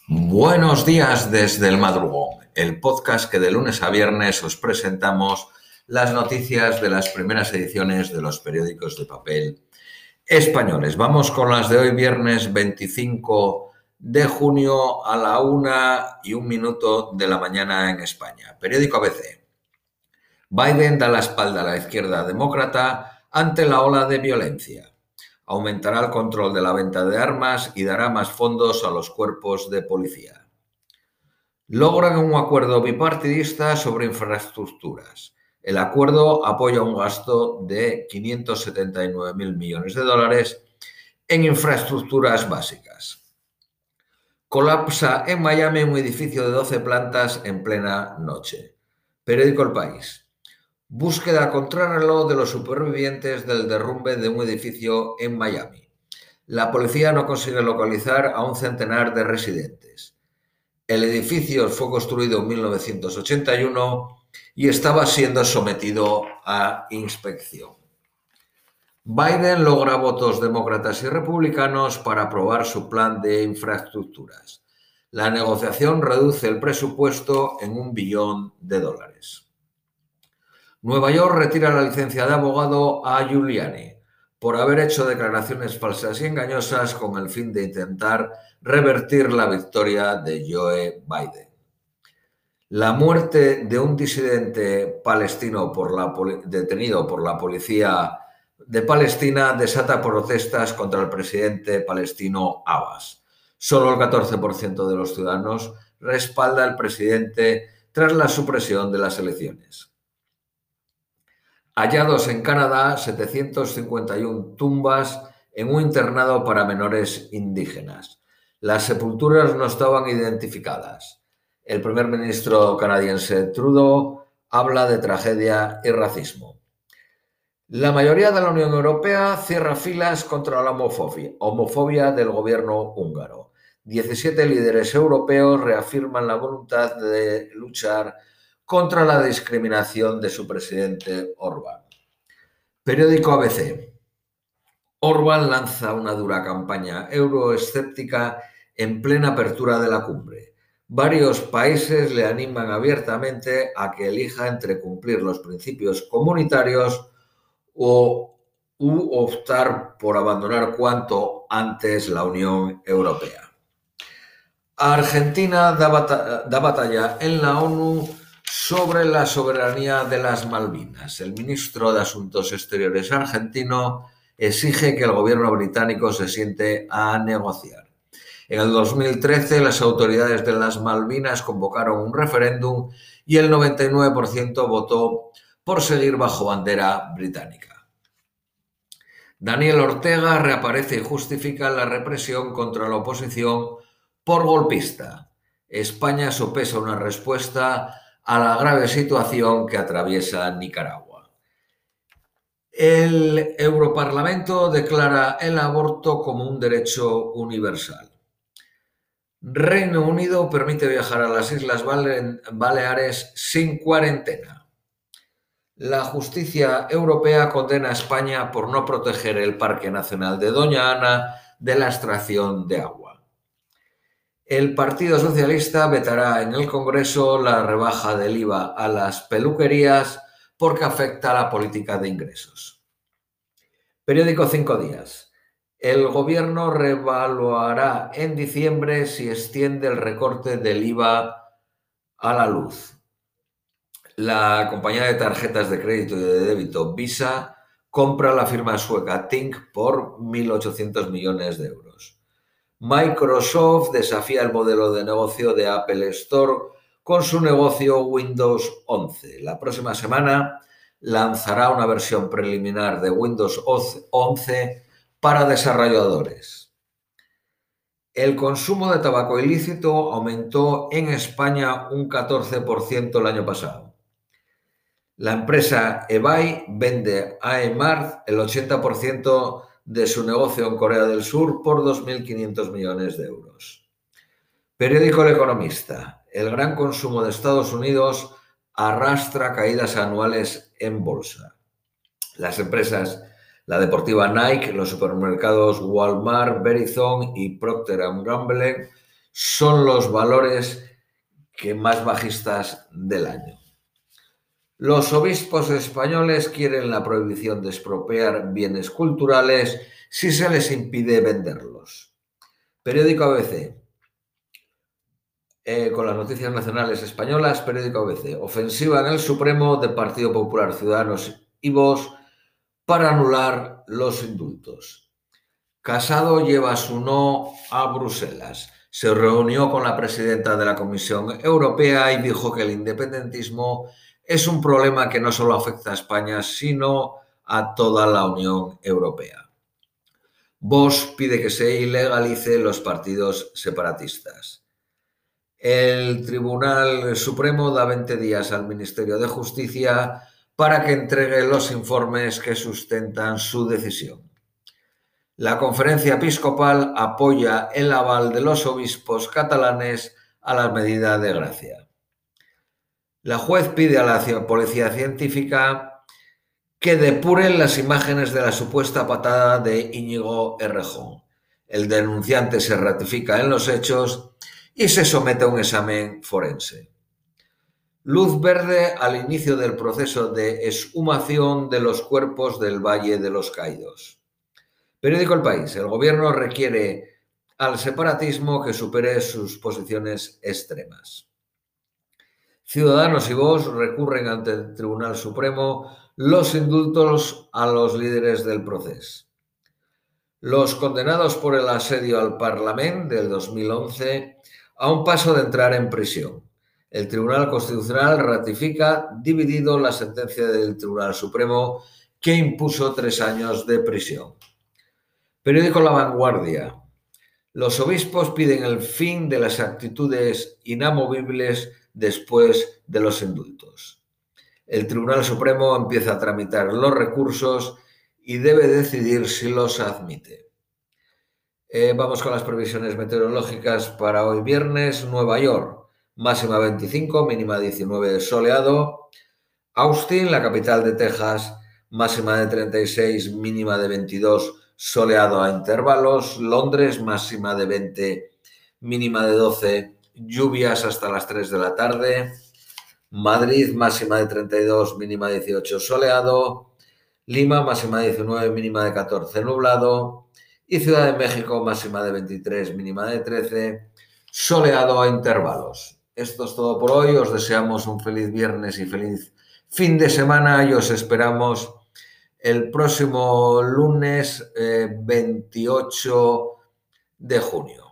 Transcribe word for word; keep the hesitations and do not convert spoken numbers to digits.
Buenos días desde el madrugón, el podcast que de lunes a viernes os presentamos las noticias de las primeras ediciones de los periódicos de papel españoles. Vamos con las de hoy, viernes veinticinco de junio a la una y un minuto de la mañana en España. Periódico A B C. Biden da la espalda a la izquierda demócrata ante la ola de violencia. Aumentará el control de la venta de armas y dará más fondos a los cuerpos de policía. Logran un acuerdo bipartidista sobre infraestructuras. El acuerdo apoya un gasto de quinientos setenta y nueve mil millones de dólares en infraestructuras básicas. Colapsa en Miami un edificio de doce plantas en plena noche. Periódico El País. Búsqueda a contrarreloj de los supervivientes del derrumbe de un edificio en Miami. La policía no consigue localizar a un centenar de residentes. El edificio fue construido en mil novecientos ochenta y uno y estaba siendo sometido a inspección. Biden logra votos demócratas y republicanos para aprobar su plan de infraestructuras. La negociación reduce el presupuesto en un billón de dólares. Nueva York retira la licencia de abogado a Giuliani por haber hecho declaraciones falsas y engañosas con el fin de intentar revertir la victoria de Joe Biden. La muerte de un disidente palestino por la detenido por la policía de Palestina desata protestas contra el presidente palestino Abbas. Solo el catorce por ciento de los ciudadanos respalda al presidente tras la supresión de las elecciones. Hallados en Canadá setecientas cincuenta y una tumbas en un internado para menores indígenas. Las sepulturas no estaban identificadas. El primer ministro canadiense Trudeau habla de tragedia y racismo. La mayoría de la Unión Europea cierra filas contra la homofobia, homofobia del gobierno húngaro. diecisiete líderes europeos reafirman la voluntad de luchar contra la discriminación de su presidente Orbán. Periódico A B C. Orbán lanza una dura campaña euroescéptica en plena apertura de la cumbre. Varios países le animan abiertamente a que elija entre cumplir los principios comunitarios o u optar por abandonar cuanto antes la Unión Europea. Argentina da, bat- da batalla en la ONU sobre la soberanía de las Malvinas. El ministro de Asuntos Exteriores argentino exige que el gobierno británico se siente a negociar. En el dos mil trece, las autoridades de las Malvinas convocaron un referéndum y el noventa y nueve por ciento votó por seguir bajo bandera británica. Daniel Ortega reaparece y justifica la represión contra la oposición por golpista. España sopesa una respuesta a la grave situación que atraviesa Nicaragua. El Europarlamento declara el aborto como un derecho universal. Reino Unido permite viajar a las Islas Baleares sin cuarentena. La justicia europea condena a España por no proteger el Parque Nacional de Doña Ana de la extracción de agua. El Partido Socialista vetará en el Congreso la rebaja del I V A a las peluquerías porque afecta a la política de ingresos. Periódico Cinco Días. El gobierno reevaluará en diciembre si extiende el recorte del I V A a la luz. La compañía de tarjetas de crédito y de débito Visa compra la firma sueca Tink por mil ochocientos millones de euros. Microsoft desafía el modelo de negocio de Apple Store con su negocio Windows once. La próxima semana lanzará una versión preliminar de Windows once para desarrolladores. El consumo de tabaco ilícito aumentó en España un catorce por ciento el año pasado. La empresa eBay vende a Emart el ochenta por ciento de su negocio en Corea del Sur por dos mil quinientos millones de euros. Periódico El Economista. El gran consumo de Estados Unidos arrastra caídas anuales en bolsa. Las empresas, la deportiva Nike, los supermercados Walmart, Verizon y Procter and Gamble son los valores que más bajistas del año. Los obispos españoles quieren la prohibición de expropiar bienes culturales si se les impide venderlos. Periódico A B C. Eh, con las noticias nacionales españolas, periódico A B C. Ofensiva en el Supremo de Partido Popular, Ciudadanos y Vox para anular los indultos. Casado lleva su no a Bruselas. Se reunió con la presidenta de la Comisión Europea y dijo que el independentismo es un problema que no solo afecta a España, sino a toda la Unión Europea. Vox pide que se ilegalice los partidos separatistas. El Tribunal Supremo da veinte días al Ministerio de Justicia para que entregue los informes que sustentan su decisión. La Conferencia Episcopal apoya el aval de los obispos catalanes a la medida de gracia. La juez pide a la policía científica que depuren las imágenes de la supuesta patada de Íñigo Errejón. El denunciante se ratifica en los hechos y se somete a un examen forense. Luz verde al inicio del proceso de exhumación de los cuerpos del Valle de los Caídos. Periódico El País. El gobierno requiere al separatismo que supere sus posiciones extremas. Ciudadanos y Vox recurren ante el Tribunal Supremo los indultos a los líderes del proceso. Los condenados por el asedio al Parlament del dos mil once a un paso de entrar en prisión. El Tribunal Constitucional ratifica dividido la sentencia del Tribunal Supremo que impuso tres años de prisión. Periódico La Vanguardia. Los obispos piden el fin de las actitudes inamovibles después de los indultos. El Tribunal Supremo empieza a tramitar los recursos y debe decidir si los admite. Eh, vamos con las previsiones meteorológicas para hoy viernes. Nueva York, máxima veinticinco, mínima diecinueve, soleado. Austin, la capital de Texas, máxima de treinta y seis, mínima de veintidós, soleado a intervalos. Londres, máxima de veinte, mínima de doce, lluvias hasta las tres de la tarde. Madrid, máxima de treinta y dos, mínima de dieciocho, soleado. Lima, máxima de diecinueve, mínima de catorce, nublado. Y Ciudad de México, máxima de veintitrés, mínima de trece, soleado a intervalos. Esto es todo por hoy. Os deseamos un feliz viernes y feliz fin de semana y os esperamos el próximo lunes eh, veintiocho de junio.